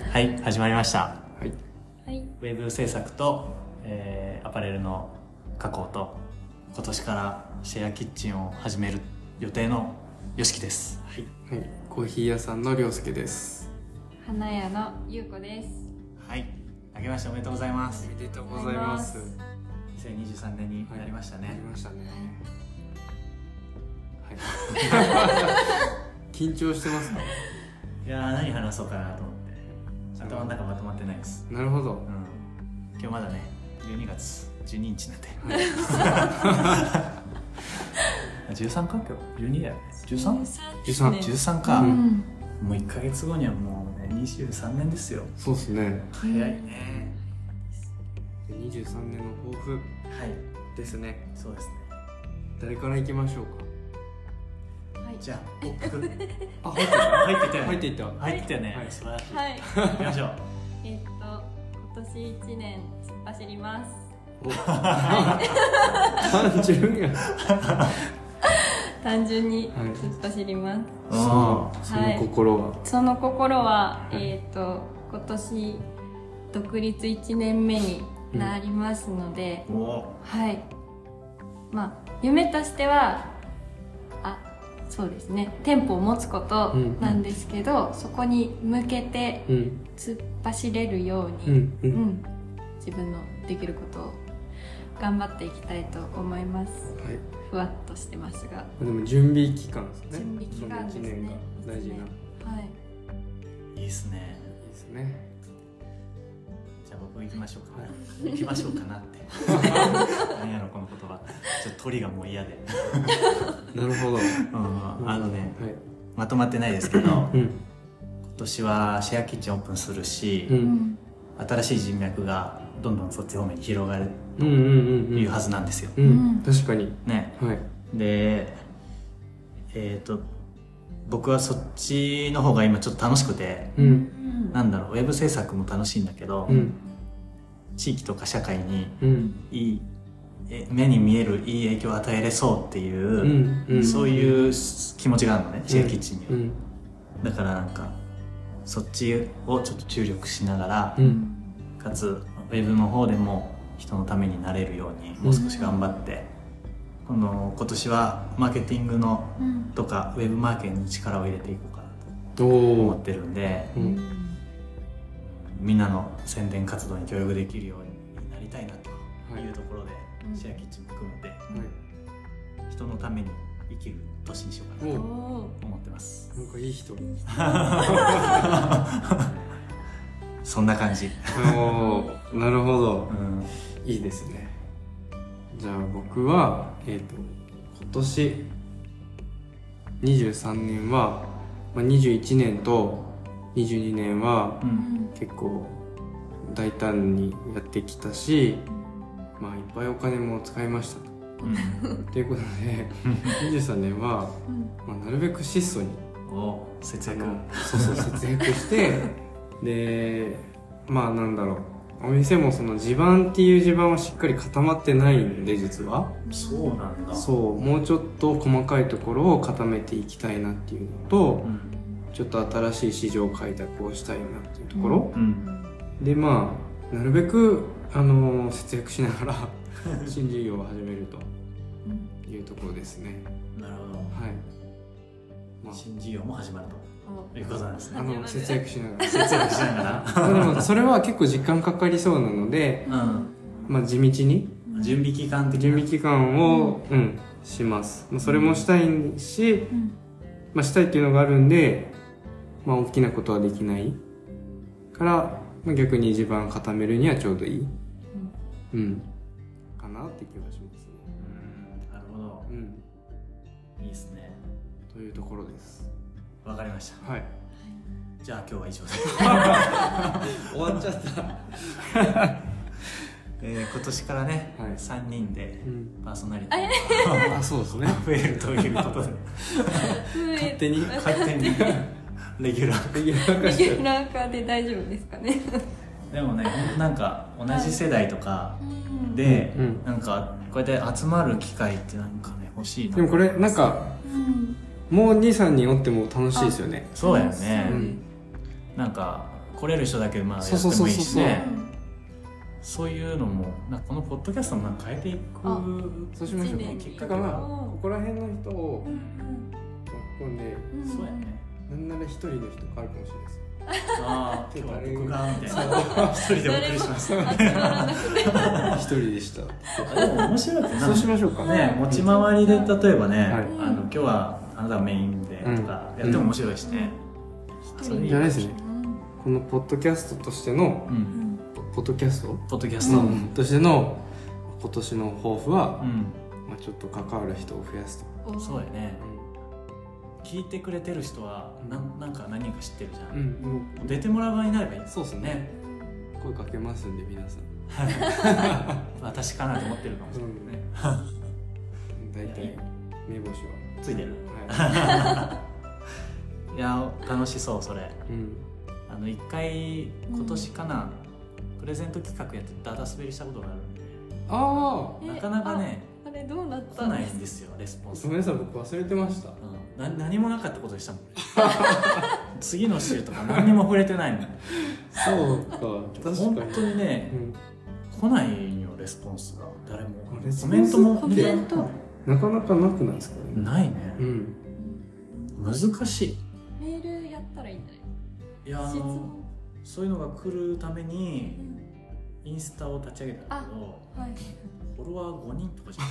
はい、始まりました。 はい。 ウェブ制作と、アパレルの加工と、今年からシェアキッチンを始める予定のよしきです。 はい。はい、コーヒー屋さんのりょうすけです。 花屋のゆうこです。 はい。明けましておめでとうございます。 おめでとうございます。 2023年になりましたね。 なりましたね。はい。緊張してますか？ いやー、何話そうかなと思って頭の中まとまってないです。 なるほど。 今日まだね、12月12日なんで、13か今日12だよね。13か、もう1ヶ月後にはもうね23年ですよ。 そうですね。 早いね。 23年の抱負ですね。 そうですね。 誰から行きましょうか？ じゃあ僕入っていったよね。素晴らしい。 はい。 行きましょう。 今年1年突っ走ります。単純に突っ走ります。 その心は？ その心は今年独立1年目になりますので、はい。まあ夢としてはそうですね、店舗を持つことなんですけど、そこに向けて突っ走れるように、自分のできることを頑張っていきたいと思います。 はい、 ふわっとしてますが、 でも準備期間ですね。 準備期間ですね。 1年が大事な。 はい。 いいですね。 いいですね。 じゃあ僕行きましょうか。行きましょうかなって。何やろこの言葉。ちょっと鳥がもう嫌で。 なるほど。 まとまってないですけど、今年はシェアキッチンオープンするし、新しい人脈がどんどんそっち方面に広がるというはずなんですよ。 確かに。 ね。で、僕はそっちの方が今ちょっと楽しくて、なんだろう、ウェブ制作も楽しいんだけど、地域とか社会にいい目に見えるいい影響を与えれそうっていう、そういう気持ちがあるのね、シェアキッチンには。だからなんかそっちをちょっと注力しながら、かつウェブの方でも人のためになれるようにもう少し頑張って、今年はマーケティングのとかウェブマーケに力を入れていこうかなと思ってるんで、みんなの宣伝活動に協力できるようになりたいなというところで、シェアキッチンも含めて、人のために生きる年にしようかなと思ってます。 なんかいい人。 そんな感じ。 なるほど。いいですね。じゃあ僕は今年23年は、21年と22年は結構大胆にやってきたし、いっぱいお金も使いましたと。ということで23年は、なるべく質素に節約してで、なんだろう、お店もその地盤っていう地盤はしっかり固まってないんで、実は。 そうなんだ。 そう、もうちょっと細かいところを固めていきたいなっていうのと、ちょっと新しい市場開拓をしたいなっていうところ、でなるべく節約しながら新事業を始めるというところですね。 なるほど。 はい。 新事業も始まるということなんですね。 節約しながら。でもそれは結構時間かかりそうなので、地道に準備期間をします。それもしたいし、したいっていうのがあるんで、大きなことはできないから、逆に地盤固めるにはちょうどいいかなって気がしますね。 なるほど。いいですね。 というところです。 わかりました。 はい。 じゃあ今日は以上で終わっちゃった。 今年からね、3人でパーソナリティがそうですね、 増えるということで勝手にレギュラー化で大丈夫ですかね。 でもね、なんか同じ世代とかでなんかこうやって集まる機会ってなんかね欲しいな。 でもこれなんかもう 2,3 人おっても楽しいですよね。 そうやね。なんか来れる人だけまあやってもいいしね。そういうのもこのポッドキャストも変えていく。 そうしましょう。だからここら辺の人を巻き込んで、 そうやね。 なんなら一人の人変わるかもしれないです。 ああ、今日は僕がみたいな。一人でお送りします。 一人でした。 でも面白いってそうしましょうかね。持ち回りで例えばね、今日はあなたがメインでとかやっても面白いしね。 それじゃないですね。このポッドキャストとしてのポッドキャストとしての今年の抱負は、まあちょっと関わる人を増やすと。そうやね。聞いてくれてる人はなんか何人か知ってるじゃん。出てもらう場合になればいい。 そうですね。声かけますんで皆さん。 私かなと思ってるかもしれないね。大体目星はついてる。いや楽しそうそれ。一回今年かなプレゼント企画やってダダ滑りしたことがあるんで。なかなかね。 あれどうなった来ないんですよレスポンス。 ごめんなさい僕忘れてました。 何もなかったことでしたもん。次の週とか何にも触れてないの。 そうか確かに本当にね、来ないよレスポンスが誰も。コメントもなかなかなくないですかね。 ないね。難しい。 メールやったらいいんじゃない？ いやそういうのが来るためにインスタを立ち上げたんだけど、フォロワー5人とかじ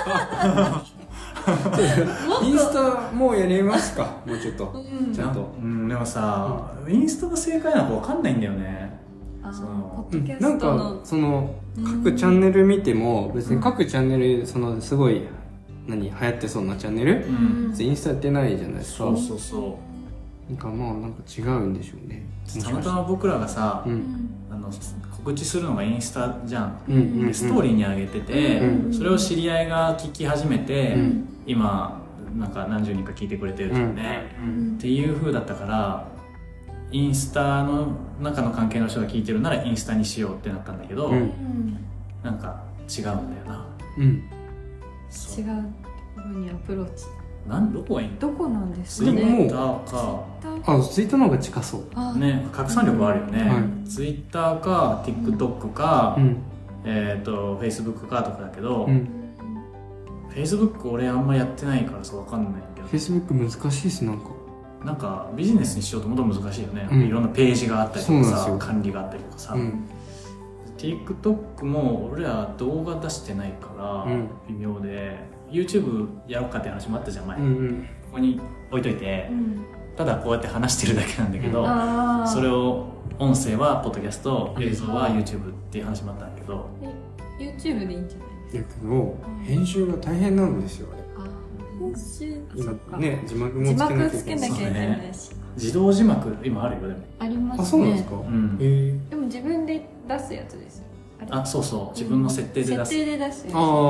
ゃん。 インスタもうやりますかもうちょっとちゃんと。 でもさインスタが正解なのか分かんないんだよね。 なんかその各チャンネル見ても別に各チャンネルそのすごい流行ってそうなチャンネルインスタやってないじゃないですか。 そうなんかまあなんか違うんでしょうね。 たまたま僕らがさ告知するのがインスタじゃん。ストーリーに上げててそれを知り合いが聞き始めて今なんか何十人か聞いてくれてるじゃんねっていう風だったからインスタの中の関係の人が聞いてるならインスタにしようってなったんだけどなんか違うんだよな。 違うところにアプローチ。 どこがいいの？ どこなんですかね。 ツイッターか。 ツイッターの方が近そう。 ね、拡散力あるよね。ツイッターか TikTok かFacebook かとかだけど、Facebook 俺あんまやってないからさわかんないんだよ。 Facebook 難しいですなんかビジネスにしようと思うと難しいよね。いろんなページがあったりとかさ、管理があったりとかさ。TikTok も俺ら動画出してないから微妙で。YouTube やろうかって話もあったじゃん前、ここに置いといて、ただこうやって話してるだけなんだけど、それを音声はポッドキャスト映像は YouTube っていう話もあったんだけど、 YouTube でいいんじゃないですか。 けど編集が大変なんですよ編集今ね字幕もつけなきゃいけないし、 自動字幕今あるよでも。 ありますね。 そうなんですか。 でも自分で出すやつですよ。 そう自分の設定で出す。 設定で出すやつ。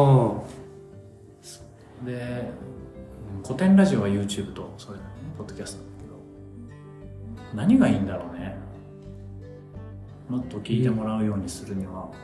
で古典ラジオは YouTube とそれだねポッドキャストなんだけど何がいいんだろうね。もっと聞いてもらうようにするには、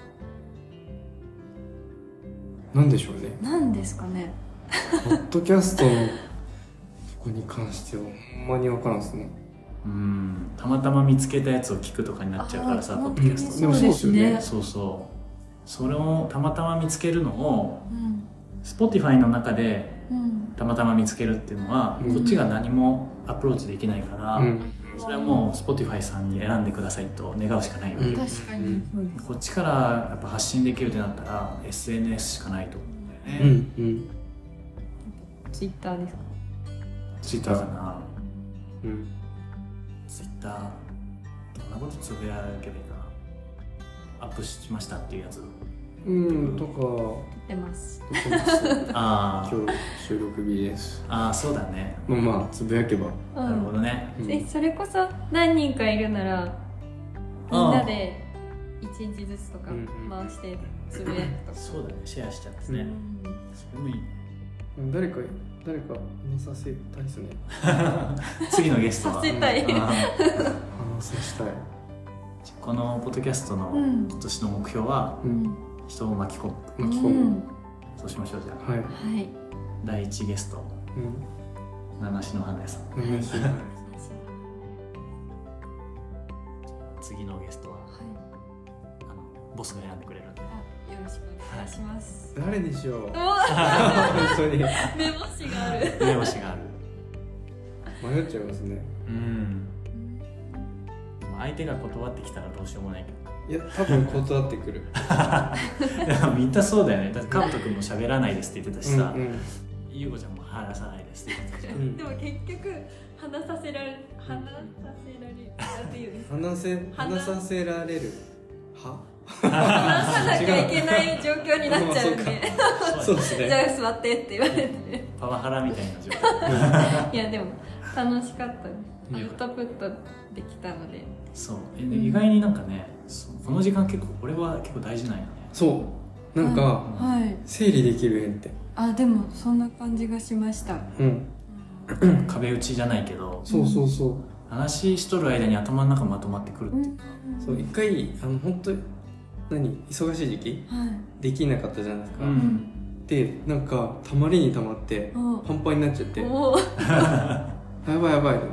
なんでしょうね。 なんですかね。 ポッドキャストのここに関してはほんまに分からんですね。 たまたま見つけたやつを聞くとかになっちゃうからさポッドキャスト。 でもそうですよね。 それをたまたま見つけるのを、Spotify の中でたまたま見つけるっていうのは、こっちが何もアプローチできないから、それはもう Spotify さんに選んでくださいと願うしかないわけ。 確かに。 こっちからやっぱ発信できるってなったら SNS しかないと思うんだよね。 Twitter ですか。 Twitter かな。Twitter どんなことつぶやけばいいかな。アップしましたっていうやつ。 とか出ます。 今日収録日です。 そうだね。 まあつぶやけば。 なるほどね。 それこそ何人かいるならみんなで1日ずつとか回してつぶやくとか。 そうだね。シェアしちゃってね。それもいいね。 誰か話させたいですね。 次のゲストは。 させたい。 話させたい。 このポッドキャストの今年の目標は、人を巻き込む。そうしましょうじゃあ。 はい。 第1ゲスト、七種の花屋さん。 次のゲストは、ボスが選んでくれるんで、 よろしくお願いします。 誰にしよう。本当に目星がある。 目星がある。 迷っちゃいますね。 相手が断ってきたらどうしようもないけど。 いや、多分断ってくる。 みんなそうだよね。だってカブト君も喋らないですって言ってたしさ、ゆうこちゃんも話さないですって言ってたじゃん。 でも結局話させられる話させられる話さなきゃいけない状況になっちゃうんでそうですね。 じゃあ座ってって言われてパワハラみたいな状況。 いやでも楽しかったです。アウトプットできたので。 そう、意外になんかね、この時間結構俺は結構大事なんよね。 そうなんか、整理できる縁って。 でもそんな感じがしました。 壁打ちじゃないけど、 そう話しとる間に頭の中まとまってくるっていうか、 そう一回本当に忙しい時期、できなかったじゃないですか。でなんかたまりにたまってパンパンになっちゃってやばいと思って、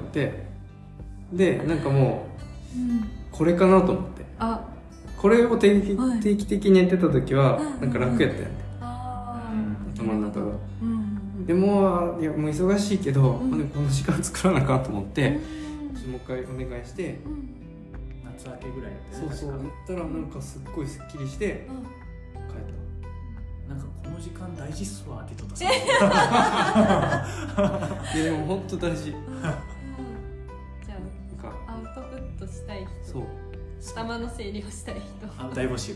でなんかもうこれかなと思って、これを定期的にやってた時はなんか楽やったよね、頭の中が。でもいやもう忙しいけど、でもこの時間作らなあかんと思って、もう一回お願いして、 夏明けぐらいだったね。 そうやったらなんかすっごいすっきりして帰った。 なんかこの時間大事っすわって言っとったいやでも本当大事。 じゃあアウトプットしたい人、頭の整理をしたい人、 大募集。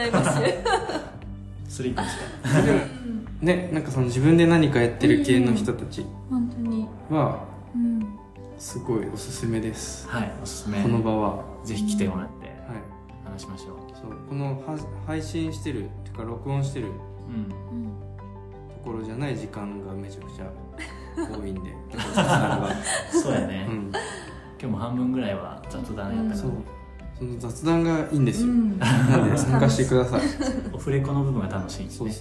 スリープしたね、なんかその自分で何かやってる系の人たち本当にはすごいおすすめです。 はい、おすすめ。 この場はぜひ来てもらって話しましょう。 そうこの配信してるとか録音してるところじゃない時間がめちゃくちゃ多いんで雑談がそうやね、今日も半分ぐらいは雑談やったから、 その雑談がいいんですよ、なんで参加してください。 オフレコの部分が楽しいんでね。 そう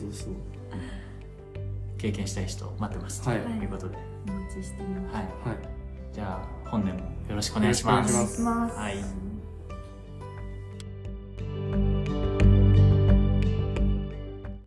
経験したい人待ってますということで、 お待ちしてます。 じゃあ本年もよろしくお願いします。 はい。